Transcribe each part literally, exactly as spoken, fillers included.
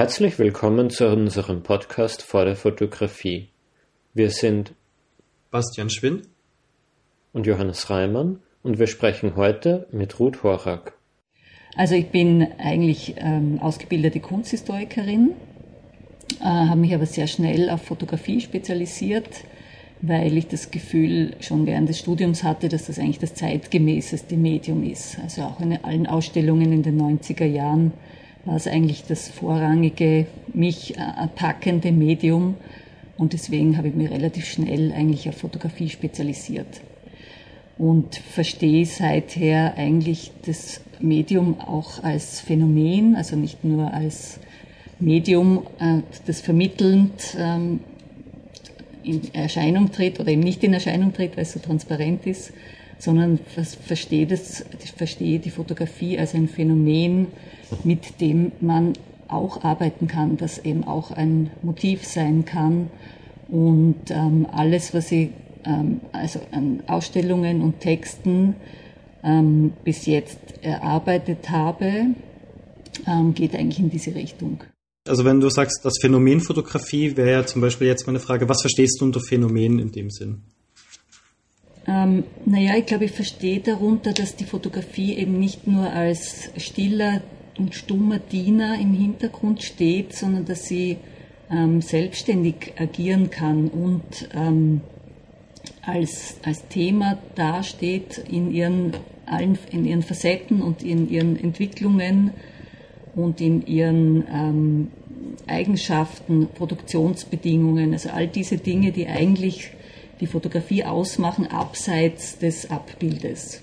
Herzlich willkommen zu unserem Podcast vor der Fotografie. Wir sind Bastian Schwind und Johannes Reimann und wir sprechen heute mit Ruth Horak. Also ich bin eigentlich ähm, ausgebildete Kunsthistorikerin, äh, habe mich aber sehr schnell auf Fotografie spezialisiert, weil ich das Gefühl schon während des Studiums hatte, dass das eigentlich das zeitgemäßeste Medium ist. Also auch in allen Ausstellungen in den neunziger Jahren war es eigentlich das vorrangige, mich äh, packende Medium und deswegen habe ich mich relativ schnell eigentlich auf Fotografie spezialisiert und verstehe seither eigentlich das Medium auch als Phänomen, also nicht nur als Medium, äh, das vermittelnd ähm, in Erscheinung tritt oder eben nicht in Erscheinung tritt, weil es so transparent ist, sondern verstehe, das, verstehe die Fotografie als ein Phänomen, mit dem man auch arbeiten kann, das eben auch ein Motiv sein kann. Und ähm, alles, was ich ähm, also an Ausstellungen und Texten ähm, bis jetzt erarbeitet habe, ähm, geht eigentlich in diese Richtung. Also wenn du sagst, das Phänomen Fotografie, wäre ja zum Beispiel jetzt meine Frage, was verstehst du unter Phänomen in dem Sinn? Ähm, naja, ich glaube, ich verstehe darunter, dass die Fotografie eben nicht nur als stiller und stummer Diener im Hintergrund steht, sondern dass sie ähm, selbstständig agieren kann und ähm, als, als Thema dasteht in ihren, allen, in ihren Facetten und in ihren Entwicklungen und in ihren ähm, Eigenschaften, Produktionsbedingungen, also all diese Dinge, die eigentlich die Fotografie ausmachen, abseits des Abbildes.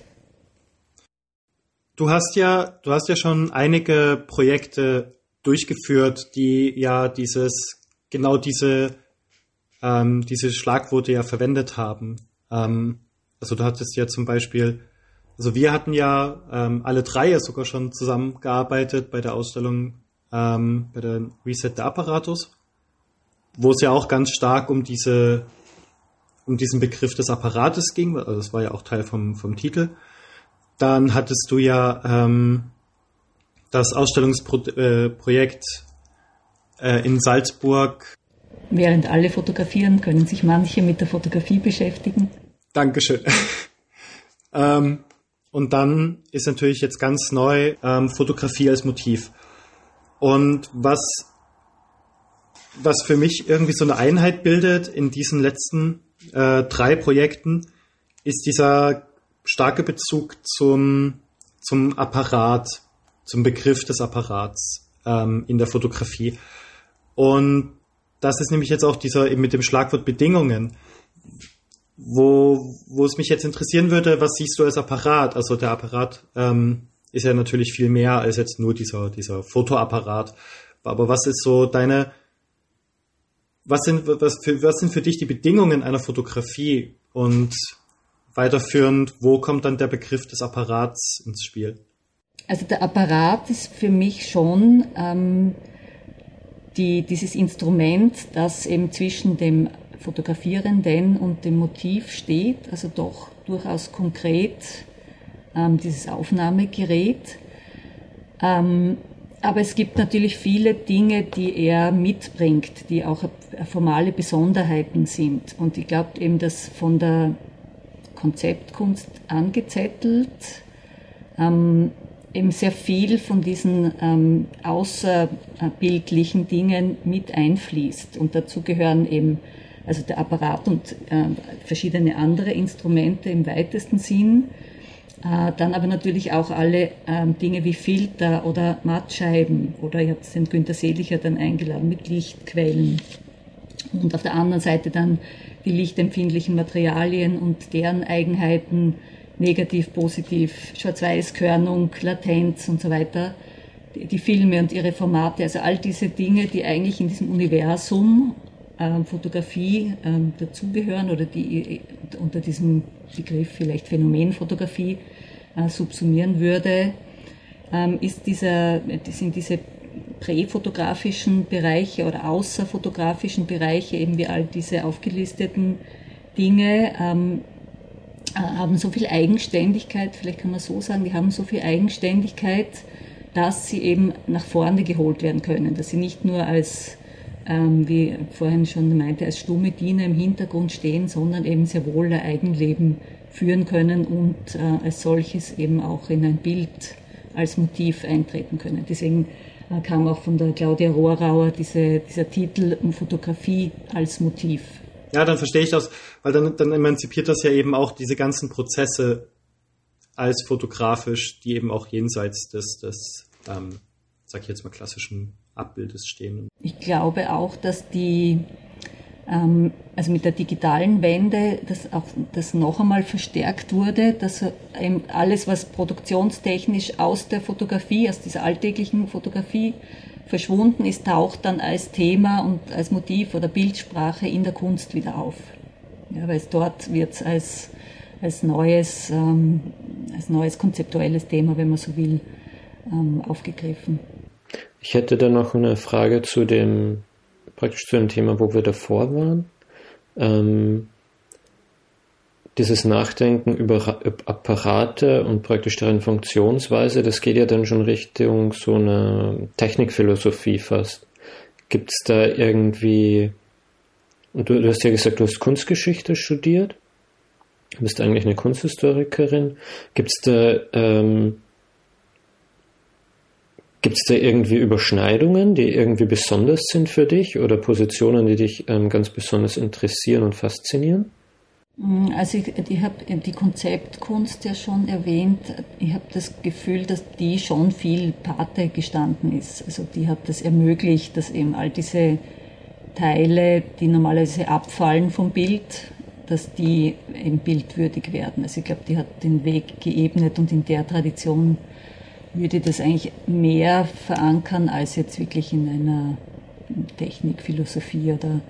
Du hast ja, du hast ja schon einige Projekte durchgeführt, die ja dieses, genau diese, ähm, diese Schlagworte ja verwendet haben. Ähm, also du hattest ja zum Beispiel, also wir hatten ja ähm, alle drei ja sogar schon zusammengearbeitet bei der Ausstellung, ähm, bei der Reset der Apparatus, wo es ja auch ganz stark um diese um diesen Begriff des Apparates ging, also das war ja auch Teil vom, vom Titel. Dann hattest du ja ähm, das Ausstellungsprojekt äh, in Salzburg. Während alle fotografieren, können sich manche mit der Fotografie beschäftigen. Dankeschön. ähm, und dann ist natürlich jetzt ganz neu ähm, Fotografie als Motiv. Und was, was für mich irgendwie so eine Einheit bildet in diesen letzten Äh, drei Projekten, ist dieser starke Bezug zum, zum Apparat, zum Begriff des Apparats ähm, in der Fotografie. Und das ist nämlich jetzt auch dieser eben mit dem Schlagwort Bedingungen, wo, wo es mich jetzt interessieren würde, was siehst du als Apparat? Also der Apparat ähm, ist ja natürlich viel mehr als jetzt nur dieser, dieser Fotoapparat. Aber was ist so deine Was sind, was, für, was sind für dich die Bedingungen einer Fotografie? Und weiterführend, wo kommt dann der Begriff des Apparats ins Spiel? Also der Apparat ist für mich schon ähm, die, dieses Instrument, das eben zwischen dem Fotografierenden und dem Motiv steht, also doch durchaus konkret ähm, dieses Aufnahmegerät. Ähm, Aber es gibt natürlich viele Dinge, die er mitbringt, die auch formale Besonderheiten sind. Und ich glaube eben, dass von der Konzeptkunst angezettelt ähm, eben sehr viel von diesen ähm, außerbildlichen Dingen mit einfließt. Und dazu gehören eben also der Apparat und äh, verschiedene andere Instrumente im weitesten Sinn. Äh, dann aber natürlich auch alle ähm, Dinge wie Filter oder Mattscheiben oder ich habe den Günter Seelicher dann eingeladen mit Lichtquellen und auf der anderen Seite dann die lichtempfindlichen Materialien und deren Eigenheiten, negativ, positiv, Schwarz-Weiß-Körnung, Latenz und so weiter, die, die Filme und ihre Formate, also all diese Dinge, die eigentlich in diesem Universum ähm, Fotografie ähm, dazugehören oder die unter diesem Begriff vielleicht Phänomenfotografie äh, subsumieren würde, ähm, ist dieser, sind diese präfotografischen Bereiche oder außerfotografischen Bereiche, eben wie all diese aufgelisteten Dinge, ähm, äh, haben so viel Eigenständigkeit, vielleicht kann man so sagen, die haben so viel Eigenständigkeit, dass sie eben nach vorne geholt werden können, dass sie nicht nur als, ähm, wie vorhin schon meinte, als stumme Diener im Hintergrund stehen, sondern eben sehr wohl ein Eigenleben führen können und äh, als solches eben auch in ein Bild als Motiv eintreten können. Deswegen äh, kam auch von der Claudia Rohrauer diese, dieser Titel um Fotografie als Motiv. Ja, dann verstehe ich das, weil dann, dann emanzipiert das ja eben auch diese ganzen Prozesse als fotografisch, die eben auch jenseits des, des ähm, sag ich jetzt mal, klassischen Abbildes stehen. Ich glaube auch, dass die ähm, also mit der digitalen Wende, dass auch das noch einmal verstärkt wurde, dass eben alles, was produktionstechnisch aus der Fotografie, aus dieser alltäglichen Fotografie verschwunden ist, taucht dann als Thema und als Motiv oder Bildsprache in der Kunst wieder auf. Ja, weil es dort wird es als, als neues, ähm, als neues konzeptuelles Thema, wenn man so will, ähm, aufgegriffen. Ich hätte da noch eine Frage zu dem, praktisch zu dem Thema, wo wir davor waren. Ähm, dieses Nachdenken über Apparate und praktisch deren Funktionsweise, das geht ja dann schon Richtung so eine Technikphilosophie fast. Gibt es da irgendwie, und du, du hast ja gesagt, du hast Kunstgeschichte studiert, du bist eigentlich eine Kunsthistorikerin. Gibt es da ähm, Gibt es da irgendwie Überschneidungen, die irgendwie besonders sind für dich oder Positionen, die dich ähm, ganz besonders interessieren und faszinieren? Also ich, ich habe die Konzeptkunst ja schon erwähnt. Ich habe das Gefühl, dass die schon viel Pate gestanden ist. Also die hat das ermöglicht, dass eben all diese Teile, die normalerweise abfallen vom Bild, dass die eben bildwürdig werden. Also ich glaube, die hat den Weg geebnet und in der Tradition würde das eigentlich mehr verankern als jetzt wirklich in einer Technikphilosophie oder,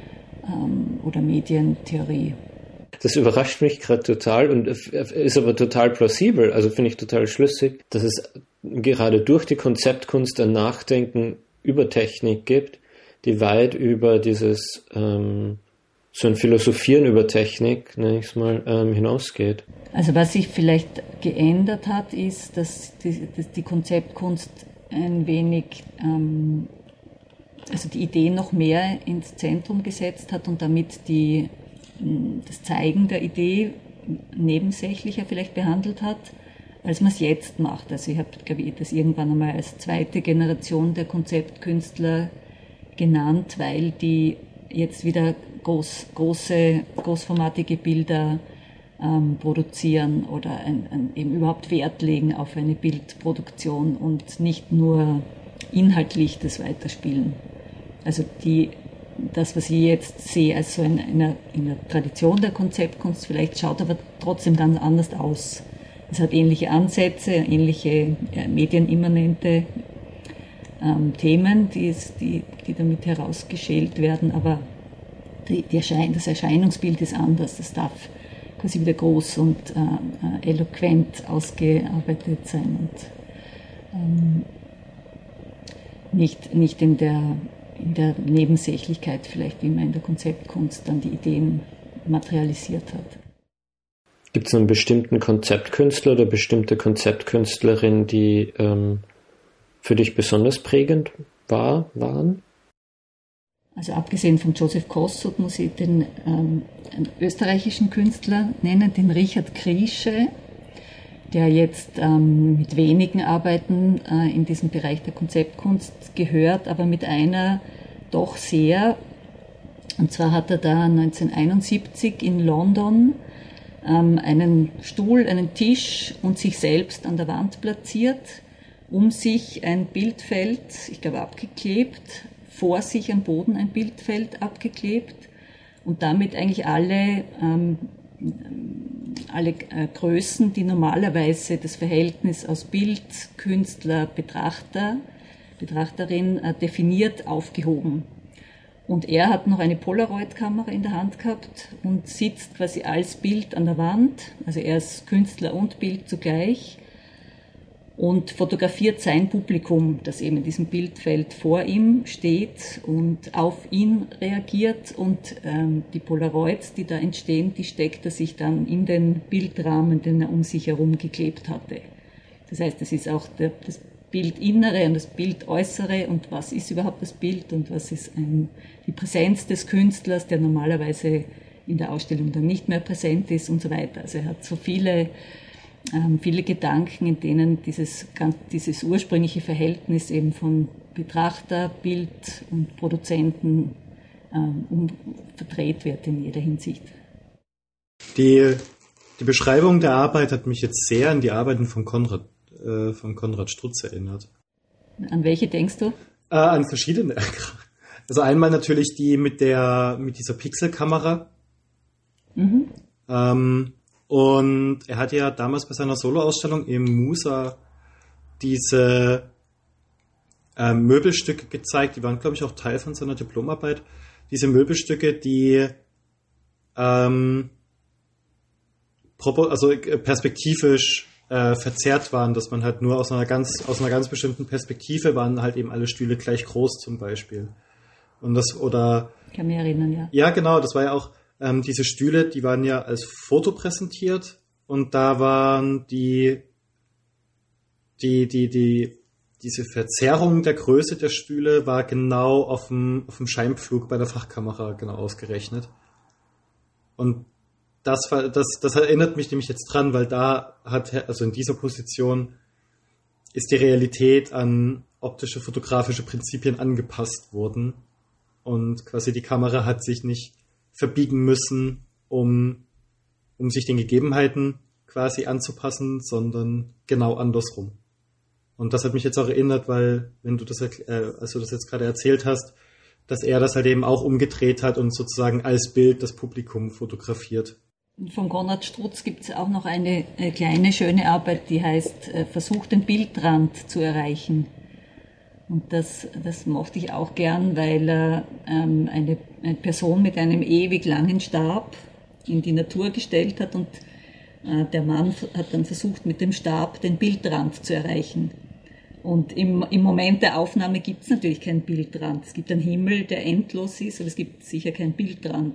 ähm, oder Medientheorie. Das überrascht mich gerade total und ist aber total plausibel, also finde ich total schlüssig, dass es gerade durch die Konzeptkunst ein Nachdenken über Technik gibt, die weit über dieses ähm, so ein Philosophieren über Technik, nenne ich es mal, ähm, hinausgeht. Also was sich vielleicht geändert hat, ist, dass die, dass die Konzeptkunst ein wenig, ähm, also die Idee noch mehr ins Zentrum gesetzt hat und damit die, das Zeigen der Idee nebensächlicher vielleicht behandelt hat, als man es jetzt macht. Also ich habe, glaube ich, das irgendwann einmal als zweite Generation der Konzeptkünstler genannt, weil die jetzt wieder groß, große, großformatige Bilder ähm, produzieren oder ein, ein, eben überhaupt Wert legen auf eine Bildproduktion und nicht nur inhaltlich das weiterspielen. Also die, das, was ich jetzt sehe, als so in einer, in einer Tradition der Konzeptkunst vielleicht, schaut aber trotzdem ganz anders aus. Es hat ähnliche Ansätze, ähnliche ja, medienimmanente ähm, Themen, die, die, die damit herausgeschält werden, aber die, die Erschein, das Erscheinungsbild ist anders. Das darf quasi wieder groß und äh, eloquent ausgearbeitet sein und ähm, nicht, nicht in der, in der Nebensächlichkeit vielleicht, wie man in der Konzeptkunst dann die Ideen materialisiert hat. Gibt es einen bestimmten Konzeptkünstler oder bestimmte Konzeptkünstlerin, die ähm, für dich besonders prägend war, waren? Also abgesehen von Joseph Kossut muss ich den ähm, einen österreichischen Künstler nennen, den Richard Kriesche, der jetzt ähm, mit wenigen Arbeiten äh, in diesem Bereich der Konzeptkunst gehört, aber mit einer doch sehr. Und zwar hat er da neunzehnhunderteinundsiebzig in London ähm, einen Stuhl, einen Tisch und sich selbst an der Wand platziert, um sich ein Bildfeld, ich glaube abgeklebt, vor sich am Boden ein Bildfeld abgeklebt und damit eigentlich alle, ähm, alle äh, Größen, die normalerweise das Verhältnis aus Bild, Künstler, Betrachter, Betrachterin äh, definiert, aufgehoben. Und er hat noch eine Polaroid-Kamera in der Hand gehabt und sitzt quasi als Bild an der Wand, also er ist Künstler und Bild zugleich, und fotografiert sein Publikum, das eben in diesem Bildfeld vor ihm steht und auf ihn reagiert, und ähm, die Polaroids, die da entstehen, die steckt er sich dann in den Bildrahmen, den er um sich herum geklebt hatte. Das heißt, das ist auch der, das Bildinnere und das Bildäußere und was ist überhaupt das Bild und was ist ein, die Präsenz des Künstlers, der normalerweise in der Ausstellung dann nicht mehr präsent ist und so weiter. Also er hat so viele, ähm, viele Gedanken, in denen dieses, dieses ursprüngliche Verhältnis eben von Betrachter, Bild und Produzenten ähm, um, verdreht wird in jeder Hinsicht. Die, die Beschreibung der Arbeit hat mich jetzt sehr an die Arbeiten von Konrad von Konrad Strutz erinnert. An welche denkst du? Äh, an verschiedene. Also einmal natürlich die mit der mit dieser Pixelkamera. Mhm. Ähm, und er hat ja damals bei seiner Soloausstellung im Musa diese äh, Möbelstücke gezeigt, die waren, glaube ich, auch Teil von seiner Diplomarbeit. Diese Möbelstücke, die ähm, also perspektivisch Äh, verzerrt waren, dass man halt nur aus einer ganz aus einer ganz bestimmten Perspektive waren halt eben alle Stühle gleich groß zum Beispiel. Und das oder ich kann mich erinnern, ja. Ja, genau, das war ja auch ähm, diese Stühle, die waren ja als Foto präsentiert und da waren die die die die diese Verzerrung der Größe der Stühle war genau auf dem auf dem Scheibenpflug bei der Fachkamera genau ausgerechnet. Und Das, das, das erinnert mich nämlich jetzt dran, weil da hat, also in dieser Position ist die Realität an optische, fotografische Prinzipien angepasst worden und quasi die Kamera hat sich nicht verbiegen müssen, um, um sich den Gegebenheiten quasi anzupassen, sondern genau andersrum. Und das hat mich jetzt auch erinnert, weil, wenn du das, äh, als du das jetzt gerade erzählt hast, dass er das halt eben auch umgedreht hat und sozusagen als Bild das Publikum fotografiert. Von Konrad Strutz gibt es auch noch eine äh, kleine, schöne Arbeit, die heißt äh, Versuch, den Bildrand zu erreichen. Und das, das mochte ich auch gern, weil er ähm, eine, eine Person mit einem ewig langen Stab in die Natur gestellt hat und äh, der Mann hat dann versucht, mit dem Stab den Bildrand zu erreichen. Und im, im Moment der Aufnahme gibt es natürlich keinen Bildrand. Es gibt einen Himmel, der endlos ist, aber es gibt sicher keinen Bildrand.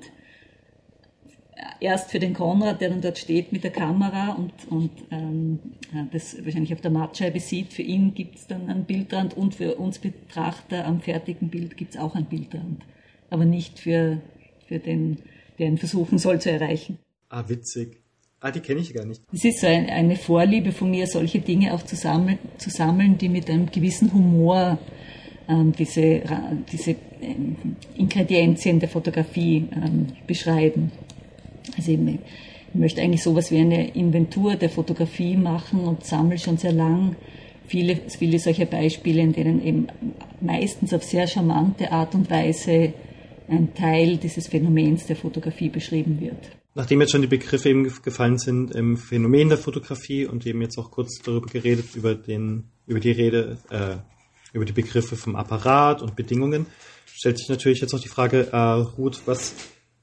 Erst für den Konrad, der dann dort steht mit der Kamera und, und ähm, das wahrscheinlich auf der Mattscheibe sieht, für ihn gibt es dann einen Bildrand und für uns Betrachter am fertigen Bild gibt es auch einen Bildrand. Aber nicht für, für den, der ihn versuchen soll zu erreichen. Ah, witzig. Ah, die kenne ich gar nicht. Es ist so ein, eine Vorliebe von mir, solche Dinge auch zu sammeln, zu sammeln die mit einem gewissen Humor ähm, diese, diese ähm, Ingredienzien der Fotografie ähm, beschreiben. Also ich, ich möchte eigentlich sowas wie eine Inventur der Fotografie machen und sammle schon sehr lang viele, viele solcher Beispiele, in denen eben meistens auf sehr charmante Art und Weise ein Teil dieses Phänomens der Fotografie beschrieben wird. Nachdem jetzt schon die Begriffe eben gefallen sind im Phänomen der Fotografie und eben jetzt auch kurz darüber geredet, über den, über die Rede, äh, über die Begriffe vom Apparat und Bedingungen, stellt sich natürlich jetzt auch die Frage, äh, Ruth, was,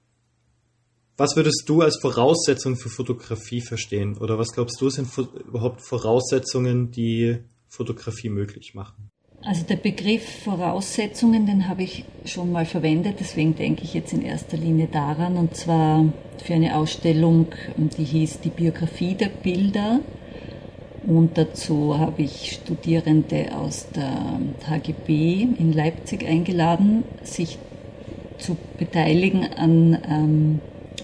was würdest du als Voraussetzung für Fotografie verstehen? Oder was glaubst du, sind überhaupt Voraussetzungen, die Fotografie möglich machen? Also der Begriff Voraussetzungen, den habe ich schon mal verwendet, deswegen denke ich jetzt in erster Linie daran, und zwar für eine Ausstellung, die hieß Die Biografie der Bilder. Und dazu habe ich Studierende aus der H G B in Leipzig eingeladen, sich zu beteiligen an, ähm,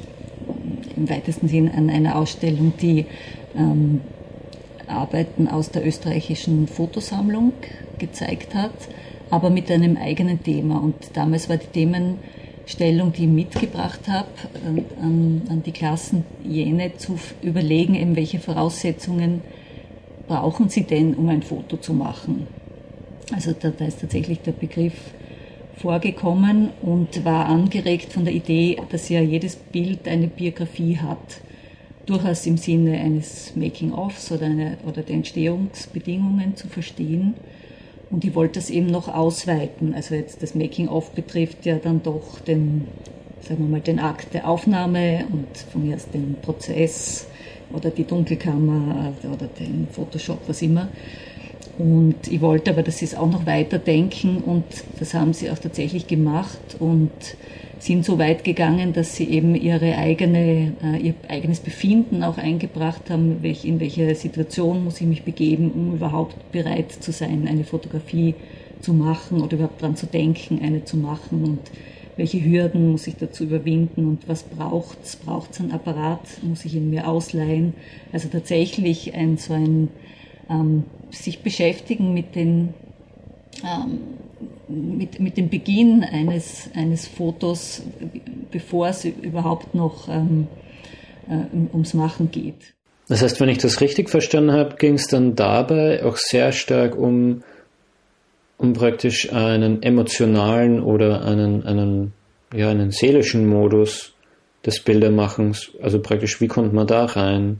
im weitesten Sinn an einer Ausstellung, die ähm, Arbeiten aus der österreichischen Fotosammlung gezeigt hat, aber mit einem eigenen Thema. Und damals war die Themenstellung, die ich mitgebracht habe, an, an die Klassen jene zu überlegen, eben welche Voraussetzungen brauchen sie denn, um ein Foto zu machen. Also da, da ist tatsächlich der Begriff vorgekommen und war angeregt von der Idee, dass ja jedes Bild eine Biografie hat. Durchaus im Sinne eines Making-ofs oder, eine, oder der Entstehungsbedingungen zu verstehen. Und ich wollte das eben noch ausweiten. Also jetzt das Making-of betrifft ja dann doch den, sagen wir mal, den Akt der Aufnahme und von mir aus den Prozess oder die Dunkelkammer oder den Photoshop, was immer. Und ich wollte aber, dass sie es auch noch weiterdenken und das haben sie auch tatsächlich gemacht. Und sind so weit gegangen, dass sie eben ihre eigene, äh, ihr eigenes Befinden auch eingebracht haben, welch, in welche Situation muss ich mich begeben, um überhaupt bereit zu sein, eine Fotografie zu machen oder überhaupt daran zu denken, eine zu machen, und welche Hürden muss ich dazu überwinden und was braucht es? Braucht es einen Apparat? Muss ich ihn mir ausleihen? Also tatsächlich ein so ein ähm, sich beschäftigen mit den ähm, mit, mit dem Beginn eines, eines Fotos, bevor es überhaupt noch ähm, äh, ums Machen geht. Das heißt, wenn ich das richtig verstanden habe, ging es dann dabei auch sehr stark um, um praktisch einen emotionalen oder einen, einen, ja, einen seelischen Modus des Bildermachens. Also praktisch, wie kommt man da rein?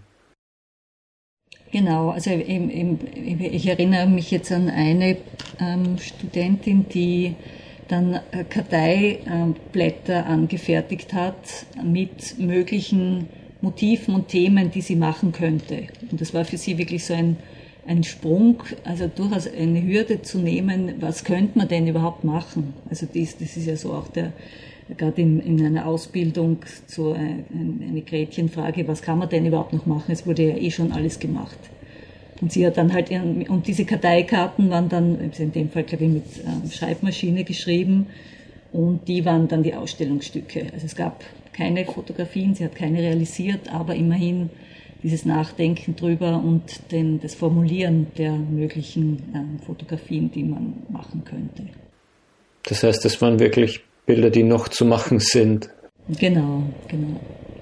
Genau, also im, im, ich erinnere mich jetzt an eine ähm, Studentin, die dann Karteiblätter äh, angefertigt hat mit möglichen Motiven und Themen, die sie machen könnte. Und das war für sie wirklich so ein, ein Sprung, also durchaus eine Hürde zu nehmen, was könnte man denn überhaupt machen? Also dies, das ist ja so auch der, gerade in, in einer Ausbildung so eine, eine Gretchenfrage, was kann man denn überhaupt noch machen? Es wurde ja eh schon alles gemacht. Und sie hat dann halt, ihren, und diese Karteikarten waren dann, in dem Fall glaube ich mit ähm, Schreibmaschine geschrieben, und die waren dann die Ausstellungsstücke. Also es gab keine Fotografien, sie hat keine realisiert, aber immerhin dieses Nachdenken drüber und den, das Formulieren der möglichen ähm, Fotografien, die man machen könnte. Das heißt, das waren wirklich Bilder, die noch zu machen sind. Genau, genau.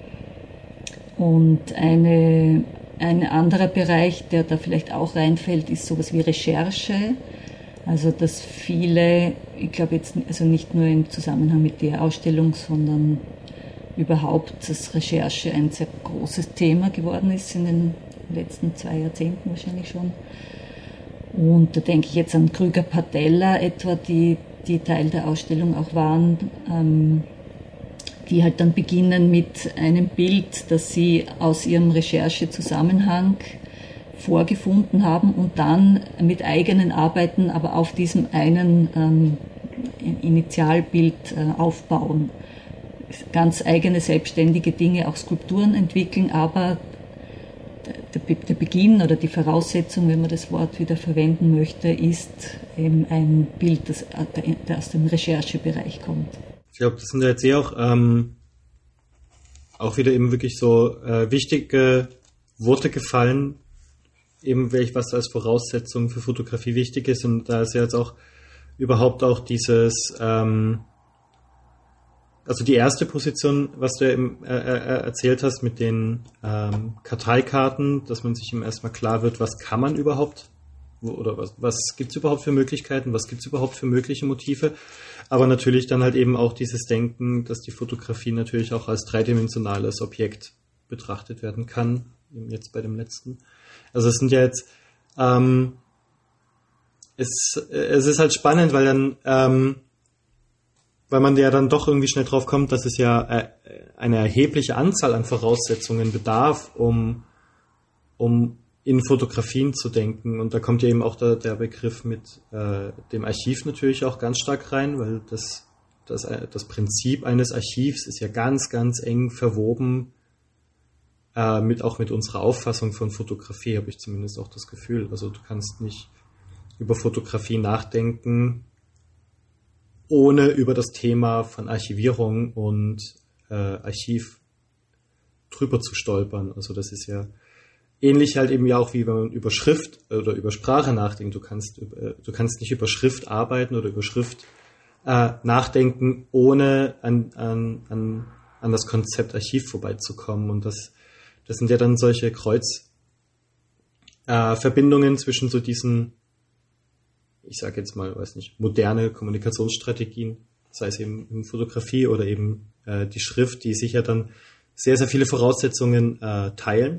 Und eine, ein anderer Bereich, der da vielleicht auch reinfällt, ist sowas wie Recherche. Also dass viele, ich glaube jetzt also nicht nur im Zusammenhang mit der Ausstellung, sondern überhaupt, dass Recherche ein sehr großes Thema geworden ist in den letzten zwei Jahrzehnten wahrscheinlich schon. Und da denke ich jetzt an Krüger-Patella etwa, die die Teil der Ausstellung auch waren, ähm, die halt dann beginnen mit einem Bild, das sie aus ihrem Recherchezusammenhang vorgefunden haben und dann mit eigenen Arbeiten aber auf diesem einen ähm, Initialbild äh, aufbauen. Ganz eigene selbstständige Dinge, auch Skulpturen entwickeln, aber der, der Beginn oder die Voraussetzung, wenn man das Wort wieder verwenden möchte, ist eben ein Bild, das, das aus dem Recherchebereich kommt. Ich glaube, das sind ja jetzt eh auch, ähm, auch wieder eben wirklich so äh, wichtige Worte gefallen, eben welch was als Voraussetzung für Fotografie wichtig ist, und da ist ja jetzt auch überhaupt auch dieses ähm, also die erste Position, was du ja eben äh, äh, erzählt hast mit den ähm, Karteikarten, dass man sich eben erstmal klar wird, was kann man überhaupt, wo, oder was, was gibt es überhaupt für Möglichkeiten, was gibt es überhaupt für mögliche Motive, aber natürlich dann halt eben auch dieses Denken, dass die Fotografie natürlich auch als dreidimensionales Objekt betrachtet werden kann, eben jetzt bei dem letzten. Also es sind ja jetzt, ähm, es, es ist halt spannend, weil dann ähm, weil man ja dann doch irgendwie schnell drauf kommt, dass es ja äh, eine erhebliche Anzahl an Voraussetzungen bedarf, um, um in Fotografien zu denken. Und da kommt ja eben auch der, der Begriff mit äh, dem Archiv natürlich auch ganz stark rein, weil das, das, das Prinzip eines Archivs ist ja ganz, ganz eng verwoben, äh, mit, auch mit unserer Auffassung von Fotografie, habe ich zumindest auch das Gefühl. Also du kannst nicht über Fotografie nachdenken, ohne über das Thema von Archivierung und äh, Archiv drüber zu stolpern. Also das ist ja ähnlich halt eben ja auch, wie wenn man über Schrift oder über Sprache nachdenkt. Du kannst, äh, du kannst nicht über Schrift arbeiten oder über Schrift äh, nachdenken, ohne an, an, an, an das Konzept Archiv vorbeizukommen. Und das, das sind ja dann solche Kreuzverbindungen äh, zwischen so diesen, ich sage jetzt mal, weiß nicht, moderne Kommunikationsstrategien, sei es eben in Fotografie oder eben äh, die Schrift, die sicher dann sehr, sehr viele Voraussetzungen äh, teilen,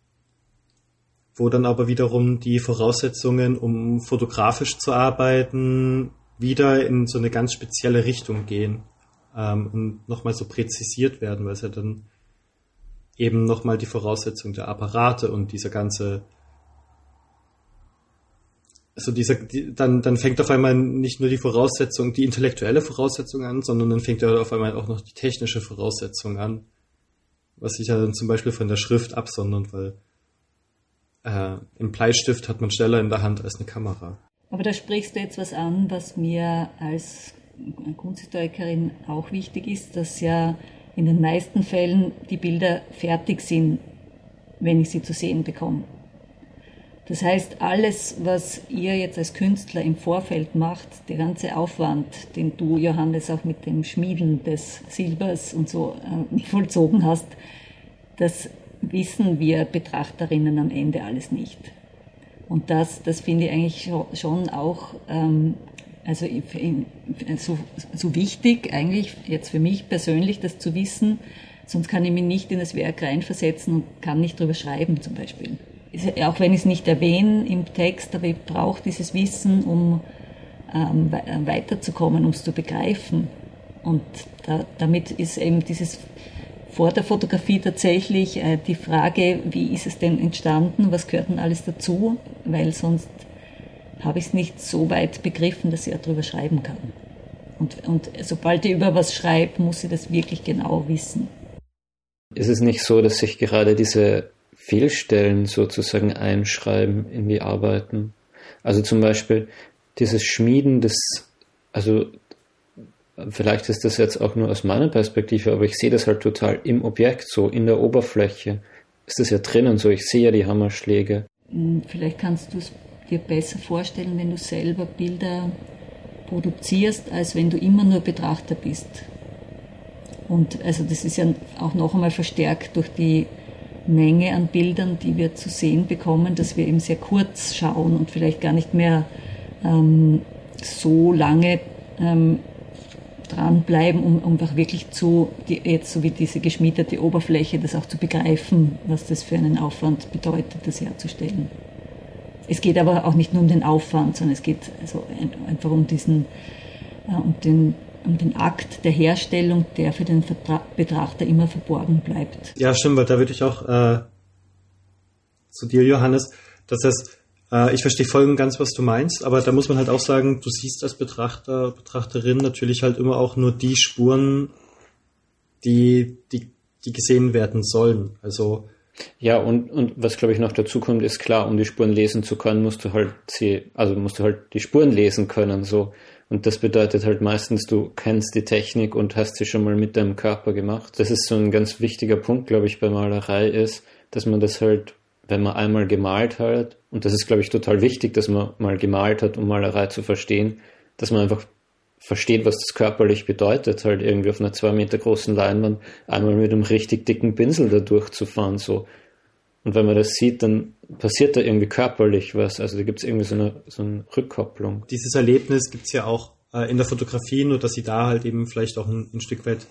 wo dann aber wiederum die Voraussetzungen, um fotografisch zu arbeiten, wieder in so eine ganz spezielle Richtung gehen ähm, und nochmal so präzisiert werden, weil es ja dann eben nochmal die Voraussetzung der Apparate und dieser ganze also dieser, die, dann, dann fängt auf einmal nicht nur die Voraussetzung, die intellektuelle Voraussetzung an, sondern dann fängt er auf einmal auch noch die technische Voraussetzung an, was sich ja dann zum Beispiel von der Schrift absondert, weil äh, im Bleistift hat man schneller in der Hand als eine Kamera. Aber da sprichst du jetzt was an, was mir als Kunsthistorikerin auch wichtig ist, dass ja in den meisten Fällen die Bilder fertig sind, wenn ich sie zu sehen bekomme. Das heißt, alles, was ihr jetzt als Künstler im Vorfeld macht, der ganze Aufwand, den du, Johannes, auch mit dem Schmieden des Silbers und so äh, vollzogen hast, das wissen wir Betrachterinnen am Ende alles nicht. Und das, das finde ich eigentlich schon auch ähm, also so, so wichtig eigentlich jetzt für mich persönlich, das zu wissen, sonst kann ich mich nicht in das Werk reinversetzen und kann nicht drüber schreiben zum Beispiel. Auch wenn ich es nicht erwähne im Text, aber ich brauche dieses Wissen, um ähm, weiterzukommen, um es zu begreifen. Und da, damit ist eben dieses vor der Fotografie tatsächlich äh, die Frage, wie ist es denn entstanden, was gehört denn alles dazu, weil sonst habe ich es nicht so weit begriffen, dass ich darüber schreiben kann. Und, und sobald ich über was schreibe, muss ich das wirklich genau wissen. Ist es nicht so, dass sich gerade diese Fehlstellen sozusagen einschreiben in die Arbeiten? Also zum Beispiel dieses Schmieden des, also vielleicht ist das jetzt auch nur aus meiner Perspektive, aber ich sehe das halt total im Objekt so, in der Oberfläche ist das ja drinnen so, ich sehe ja die Hammerschläge. Vielleicht kannst du es dir besser vorstellen, wenn du selber Bilder produzierst, als wenn du immer nur Betrachter bist. Und also das ist ja auch noch einmal verstärkt durch die Menge an Bildern, die wir zu sehen bekommen, dass wir eben sehr kurz schauen und vielleicht gar nicht mehr ähm, so lange ähm, dranbleiben, um, um auch wirklich zu, die, jetzt so wie diese geschmiedete Oberfläche, das auch zu begreifen, was das für einen Aufwand bedeutet, das herzustellen. Es geht aber auch nicht nur um den Aufwand, sondern es geht also einfach um diesen, äh, um den, um den Akt der Herstellung, der für den Vertra- Betrachter immer verborgen bleibt. Ja, stimmt, weil da würde ich auch äh, zu dir, Johannes, dass es, äh, ich verstehe voll und ganz, was du meinst, aber da muss man halt auch sagen, du siehst als Betrachter, Betrachterin natürlich halt immer auch nur die Spuren, die, die, die gesehen werden sollen. Also ja, und, und was glaube ich noch dazu kommt, ist klar, um die Spuren lesen zu können, musst du halt sie, also musst du halt die Spuren lesen können, so. Und das bedeutet halt meistens, du kennst die Technik und hast sie schon mal mit deinem Körper gemacht. Das ist so ein ganz wichtiger Punkt, glaube ich, bei Malerei ist, dass man das halt, wenn man einmal gemalt hat, und das ist, glaube ich, total wichtig, dass man mal gemalt hat, um Malerei zu verstehen, dass man einfach versteht, was das körperlich bedeutet, halt irgendwie auf einer zwei Meter großen Leinwand einmal mit einem richtig dicken Pinsel da durchzufahren, so. Und wenn man das sieht, dann passiert da irgendwie körperlich was, also da gibt es irgendwie so eine, so eine Rückkopplung. Dieses Erlebnis gibt es ja auch äh, in der Fotografie, nur dass sie da halt eben vielleicht auch ein, ein Stück weit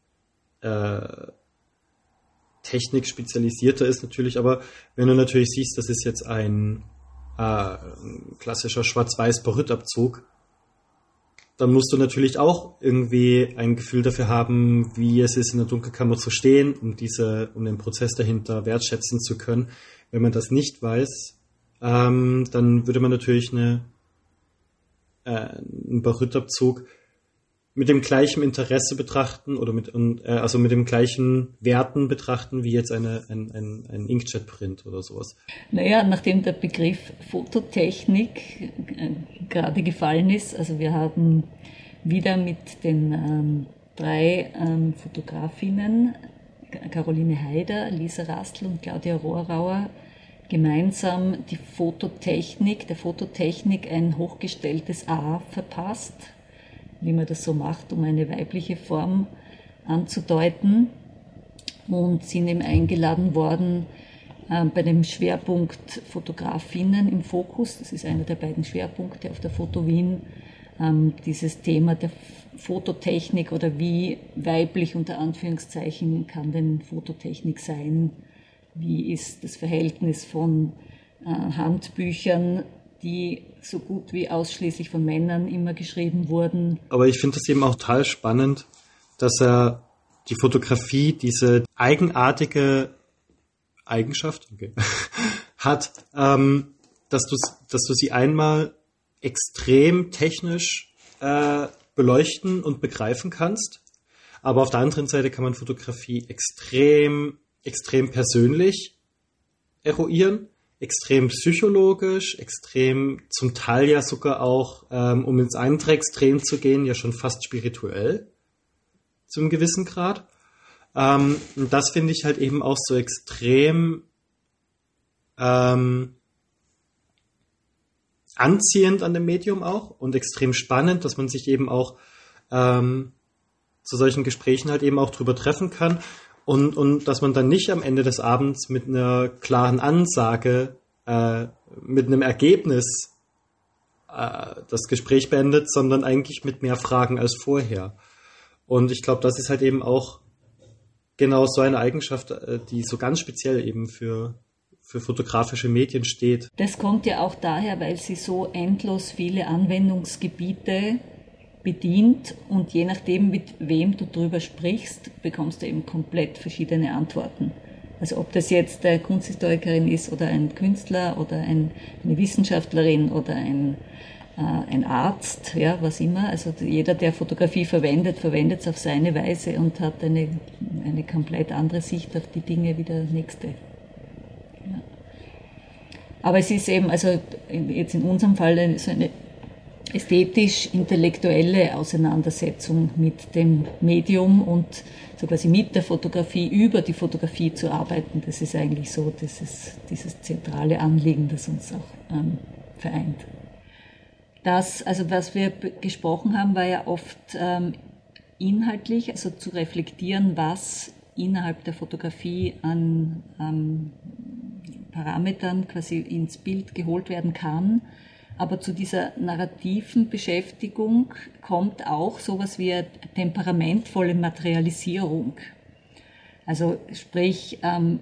äh, Technik spezialisierter ist natürlich, aber wenn du natürlich siehst, das ist jetzt ein, äh, ein klassischer Schwarz-Weiß-Barytabzug, dann musst du natürlich auch irgendwie ein Gefühl dafür haben, wie es ist, in der Dunkelkammer zu stehen, um diese, um den Prozess dahinter wertschätzen zu können. Wenn man das nicht weiß, ähm, dann würde man natürlich eine, äh, einen Barytabzug mit dem gleichen Interesse betrachten oder mit, äh, also mit dem gleichen Werten betrachten, wie jetzt eine, ein, ein, ein Inkjet-Print oder sowas. Naja, nachdem der Begriff Fototechnik äh, gerade gefallen ist, also wir haben wieder mit den ähm, drei ähm, Fotografinnen, Caroline Haider, Lisa Rastl und Claudia Rohrauer, gemeinsam die Fototechnik, der Fototechnik ein hochgestelltes A verpasst, wie man das so macht, um eine weibliche Form anzudeuten, und sind eben eingeladen worden äh, bei dem Schwerpunkt Fotografinnen im Fokus. Das ist einer der beiden Schwerpunkte auf der Foto Wien, ähm, dieses Thema der Fototechnik oder wie weiblich unter Anführungszeichen kann denn Fototechnik sein? Wie ist das Verhältnis von äh, Handbüchern, die so gut wie ausschließlich von Männern immer geschrieben wurden. Aber ich finde das eben auch total spannend, dass er die Fotografie diese eigenartige Eigenschaft okay, hat, ähm, dass du, dass du sie einmal extrem technisch äh, beleuchten und begreifen kannst. Aber auf der anderen Seite kann man Fotografie extrem, extrem persönlich eruieren, extrem psychologisch, extrem zum Teil ja sogar auch, ähm, um ins andere Extrem zu gehen, ja schon fast spirituell zu einem gewissen Grad. Ähm, und das finde ich halt eben auch so extrem ähm, anziehend an dem Medium auch und extrem spannend, dass man sich eben auch ähm, zu solchen Gesprächen halt eben auch drüber treffen kann und, und dass man dann nicht am Ende des Abends mit einer klaren Ansage, äh, mit einem Ergebnis äh, das Gespräch beendet, sondern eigentlich mit mehr Fragen als vorher. Und ich glaube, das ist halt eben auch genau so eine Eigenschaft, äh, die so ganz speziell eben für für fotografische Medien steht. Das kommt ja auch daher, weil sie so endlos viele Anwendungsgebiete bedient und je nachdem, mit wem du drüber sprichst, bekommst du eben komplett verschiedene Antworten. Also ob das jetzt eine Kunsthistorikerin ist oder ein Künstler oder ein, eine Wissenschaftlerin oder ein, äh, ein Arzt, ja, was immer. Also jeder, der Fotografie verwendet, verwendet es auf seine Weise und hat eine, eine komplett andere Sicht auf die Dinge wie der Nächste. Ja. Aber es ist eben, also jetzt in unserem Fall so eine ästhetisch-intellektuelle Auseinandersetzung mit dem Medium und so quasi mit der Fotografie über die Fotografie zu arbeiten. Das ist eigentlich so dieses, dieses zentrale Anliegen, das uns auch ähm, vereint. Das, also was wir b- gesprochen haben, war ja oft ähm, inhaltlich, also zu reflektieren, was innerhalb der Fotografie an ähm, Parametern quasi ins Bild geholt werden kann. Aber zu dieser narrativen Beschäftigung kommt auch sowas wie eine temperamentvolle Materialisierung. Also sprich, ähm,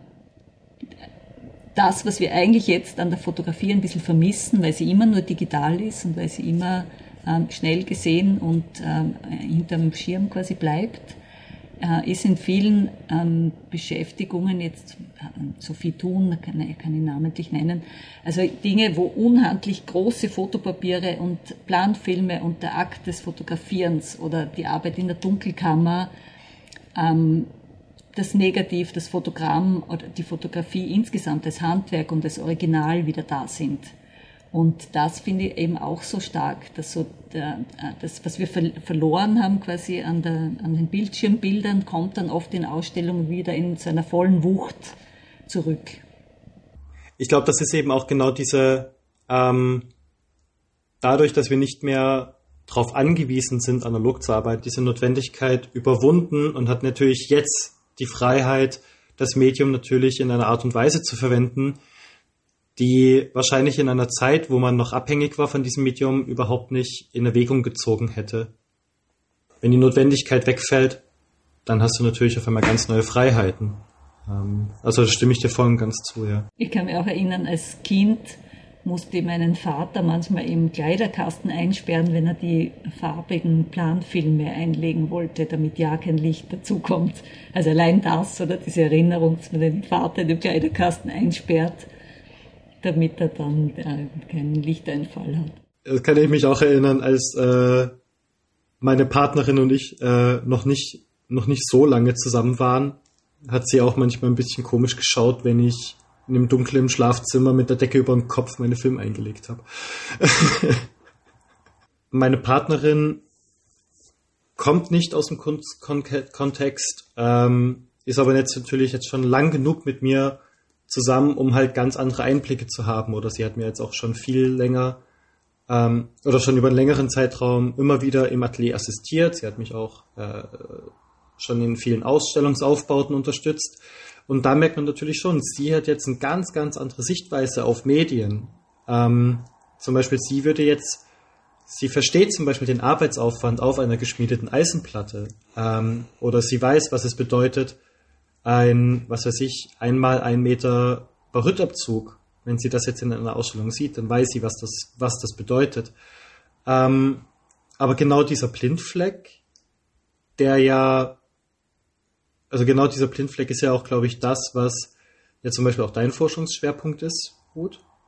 das, was wir eigentlich jetzt an der Fotografie ein bisschen vermissen, weil sie immer nur digital ist und weil sie immer ähm, schnell gesehen und ähm, hinterm Schirm quasi bleibt, äh, ist in vielen ähm, Beschäftigungen jetzt, äh, Sophie Thun, kann, kann ich namentlich nennen, also Dinge, wo unhandlich große Fotopapiere und Planfilme und der Akt des Fotografierens oder die Arbeit in der Dunkelkammer, ähm, das Negativ, das Fotogramm oder die Fotografie insgesamt, das Handwerk und das Original wieder da sind. Und das finde ich eben auch so stark, dass so der, das, was wir ver- verloren haben quasi an, der, an den Bildschirmbildern, kommt dann oft in Ausstellungen wieder in seiner vollen Wucht zurück. Ich glaube, das ist eben auch genau diese, ähm, dadurch, dass wir nicht mehr darauf angewiesen sind, analog zu arbeiten, diese Notwendigkeit überwunden und hat natürlich jetzt die Freiheit, das Medium natürlich in einer Art und Weise zu verwenden, die wahrscheinlich in einer Zeit, wo man noch abhängig war von diesem Medium, überhaupt nicht in Erwägung gezogen hätte. Wenn die Notwendigkeit wegfällt, dann hast du natürlich auf einmal ganz neue Freiheiten. Also da stimme ich dir voll und ganz zu, ja. Ich kann mich auch erinnern, als Kind musste ich meinen Vater manchmal im Kleiderkasten einsperren, wenn er die farbigen Planfilme einlegen wollte, damit ja kein Licht dazukommt. Also allein das oder diese Erinnerung, dass man den Vater in den Kleiderkasten einsperrt, damit er dann äh, keinen Lichteinfall hat. Das kann ich mich auch erinnern, als äh, meine Partnerin und ich äh, noch nicht noch nicht so lange zusammen waren, hat sie auch manchmal ein bisschen komisch geschaut, wenn ich in dem dunklen Schlafzimmer mit der Decke über dem Kopf meine Filme eingelegt habe. Meine Partnerin kommt nicht aus dem Kunstkontext, ähm, ist aber jetzt natürlich jetzt schon lang genug mit mir zusammen, um halt ganz andere Einblicke zu haben. Oder sie hat mir jetzt auch schon viel länger ähm, oder schon über einen längeren Zeitraum immer wieder im Atelier assistiert. Sie hat mich auch äh, schon in vielen Ausstellungsaufbauten unterstützt. Und da merkt man natürlich schon, sie hat jetzt eine ganz, ganz andere Sichtweise auf Medien. Ähm, zum Beispiel, sie würde jetzt, sie versteht zum Beispiel den Arbeitsaufwand auf einer geschmiedeten Eisenplatte. Ähm, oder sie weiß, was es bedeutet, ein, was weiß ich, einmal ein Meter Barytabzug. Wenn sie das jetzt in einer Ausstellung sieht, dann weiß sie, was das, was das bedeutet. Ähm, aber genau dieser Blindfleck, der ja, also genau dieser Blindfleck ist ja auch, glaube ich, das, was ja zum Beispiel auch dein Forschungsschwerpunkt ist, Ruth.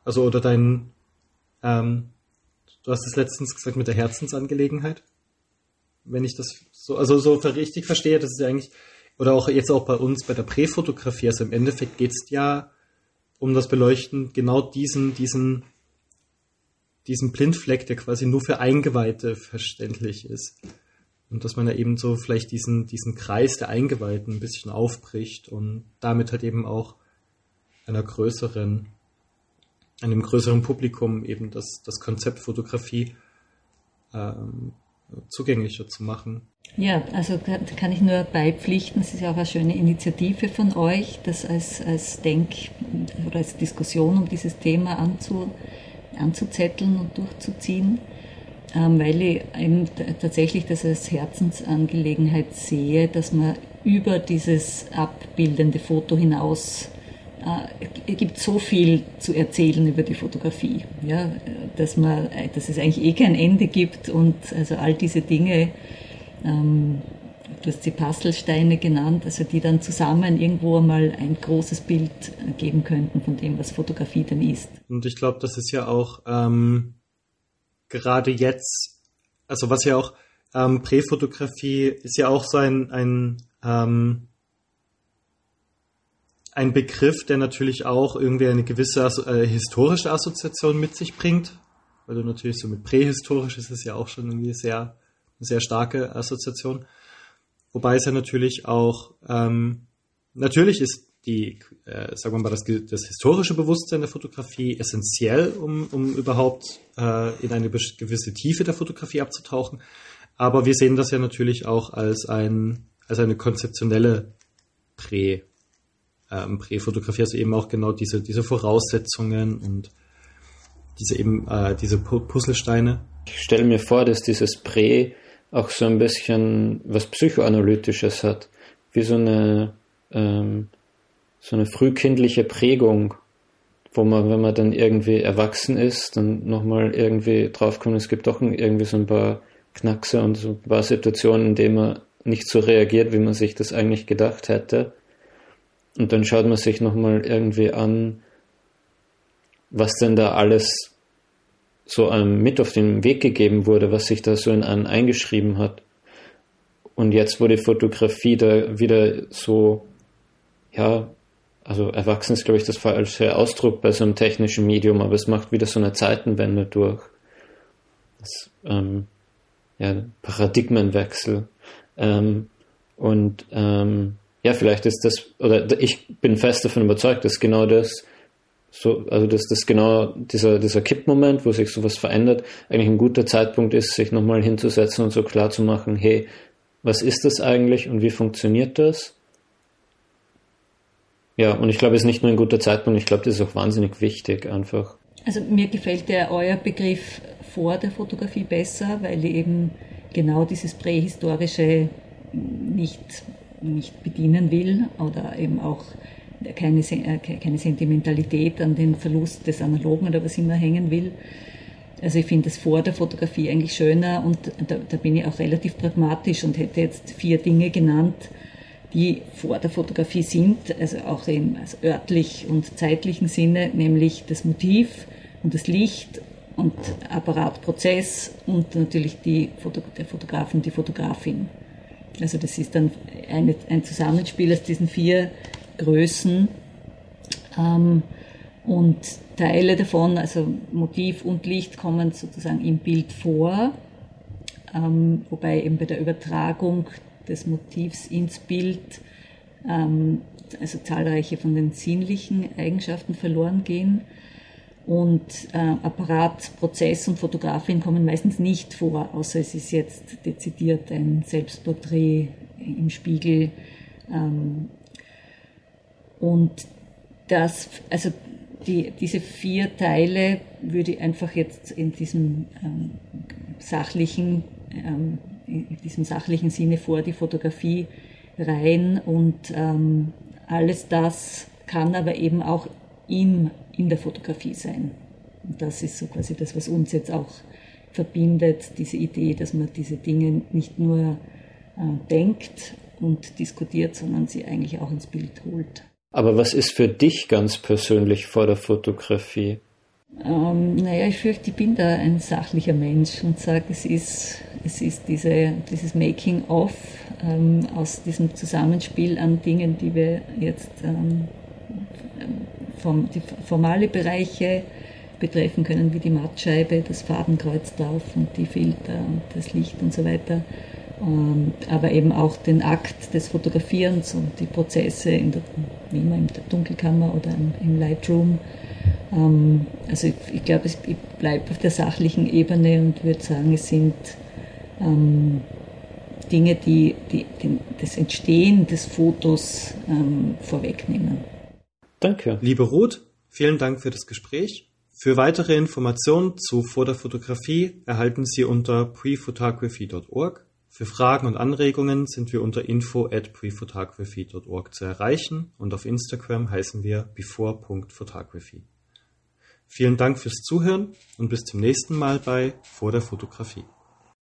Also oder dein, ähm, du hast es letztens gesagt mit der Herzensangelegenheit, wenn ich das so, also so richtig verstehe, das ist ja eigentlich, oder auch jetzt auch bei uns bei der Präfotografie, also im Endeffekt geht es ja um das Beleuchten genau diesen, diesen, diesen Blindfleck, der quasi nur für Eingeweihte verständlich ist. Und dass man ja eben so vielleicht diesen, diesen Kreis der Eingeweihten ein bisschen aufbricht und damit halt eben auch einer größeren, einem größeren Publikum eben das, das Konzept Fotografie ähm, zugänglicher zu machen. Ja, also da kann ich nur beipflichten, es ist ja auch eine schöne Initiative von euch, das als, als Denk- oder als Diskussion um dieses Thema anzu, anzuzetteln und durchzuziehen. Weil ich eben tatsächlich das als Herzensangelegenheit sehe, dass man über dieses abbildende Foto hinaus, äh, es gibt so viel zu erzählen über die Fotografie, ja, dass man, dass es eigentlich eh kein Ende gibt und also all diese Dinge, ähm, du hast die Puzzlesteine genannt, also die dann zusammen irgendwo einmal ein großes Bild geben könnten von dem, was Fotografie denn ist. Und ich glaube, das ist ja auch ähm gerade jetzt, also was ja auch, ähm, Präfotografie ist ja auch so ein, ein, ähm, ein Begriff, der natürlich auch irgendwie eine gewisse äh, historische Assoziation mit sich bringt, weil du natürlich so mit prähistorisch ist es ja auch schon irgendwie sehr, eine sehr starke Assoziation. Wobei es ja natürlich auch, ähm, natürlich ist die, äh, sagen wir mal, das, das historische Bewusstsein der Fotografie essentiell, um, um überhaupt äh, in eine gewisse Tiefe der Fotografie abzutauchen. Aber wir sehen das ja natürlich auch als ein, als eine konzeptionelle Prä, ähm, Präfotografie, also eben auch genau diese, diese Voraussetzungen und diese eben, äh, diese Puzzlesteine. Ich stelle mir vor, dass dieses Prä auch so ein bisschen was Psychoanalytisches hat, wie so eine, ähm, so eine frühkindliche Prägung, wo man, wenn man dann irgendwie erwachsen ist, dann nochmal irgendwie draufkommt, es gibt doch irgendwie so ein paar Knackse und so ein paar Situationen, in denen man nicht so reagiert, wie man sich das eigentlich gedacht hätte. Und dann schaut man sich nochmal irgendwie an, was denn da alles so einem mit auf den Weg gegeben wurde, was sich da so in einen eingeschrieben hat. Und jetzt, wo die Fotografie da wieder so, ja, also erwachsen ist, glaube ich, das falsche Ausdruck bei so einem technischen Medium, aber es macht wieder so eine Zeitenwende durch. Das, ähm, ja, Paradigmenwechsel. Ähm, und ähm, ja, vielleicht ist das, oder ich bin fest davon überzeugt, dass genau das, so, also dass das genau dieser, dieser Kippmoment, wo sich sowas verändert, eigentlich ein guter Zeitpunkt ist, sich nochmal hinzusetzen und so klar zu machen, hey, was ist das eigentlich und wie funktioniert das? Ja, und ich glaube, es ist nicht nur ein guter Zeitpunkt, ich glaube, das ist auch wahnsinnig wichtig einfach. Also mir gefällt ja euer Begriff vor der Fotografie besser, weil ich eben genau dieses Prähistorische nicht, nicht bedienen will oder eben auch keine, keine Sentimentalität an den Verlust des Analogen oder was immer hängen will. Also ich finde das vor der Fotografie eigentlich schöner und da, da bin ich auch relativ pragmatisch und hätte jetzt vier Dinge genannt, die vor der Fotografie sind, also auch im also örtlich und zeitlichen Sinne, nämlich das Motiv und das Licht und Apparatprozess und natürlich die Foto, der Fotograf und die Fotografin. Also das ist dann eine, ein Zusammenspiel aus diesen vier Größen ähm, und Teile davon, also Motiv und Licht, kommen sozusagen im Bild vor, ähm, wobei eben bei der Übertragung des Motivs ins Bild ähm, also zahlreiche von den sinnlichen Eigenschaften verloren gehen. Und äh, Apparat, Prozess und Fotografin kommen meistens nicht vor, außer es ist jetzt dezidiert ein Selbstporträt im Spiegel. Ähm, und das, also die, diese vier Teile würde ich einfach jetzt in diesem ähm, sachlichen, ähm, in diesem sachlichen Sinne vor die Fotografie rein und ähm, alles das kann aber eben auch im in der Fotografie sein. Und das ist so quasi das, was uns jetzt auch verbindet, diese Idee, dass man diese Dinge nicht nur äh, denkt und diskutiert, sondern sie eigentlich auch ins Bild holt. Aber was ist für dich ganz persönlich vor der Fotografie? Ähm, naja, ich fürchte, ich bin da ein sachlicher Mensch und sage, es ist, es ist diese, dieses Making-of ähm, aus diesem Zusammenspiel an Dingen, die wir jetzt ähm, vom, die formale Bereiche betreffen können, wie die Mattscheibe, das Farbenkreuz drauf und die Filter und das Licht und so weiter. Ähm, aber eben auch den Akt des Fotografierens und die Prozesse in der, wie immer in der Dunkelkammer oder im, im Lightroom. Ähm, also ich, ich glaube, ich bleibe auf der sachlichen Ebene und würde sagen, es sind ähm, Dinge, die, die, die das Entstehen des Fotos ähm, vorwegnehmen. Danke. Liebe Ruth, vielen Dank für das Gespräch. Für weitere Informationen zu Vor der Fotografie erhalten Sie unter prephotography punkt org. Für Fragen und Anregungen sind wir unter info at prephotography punkt org zu erreichen und auf Instagram heißen wir before punkt photography. Vielen Dank fürs Zuhören und bis zum nächsten Mal bei Vor der Fotografie.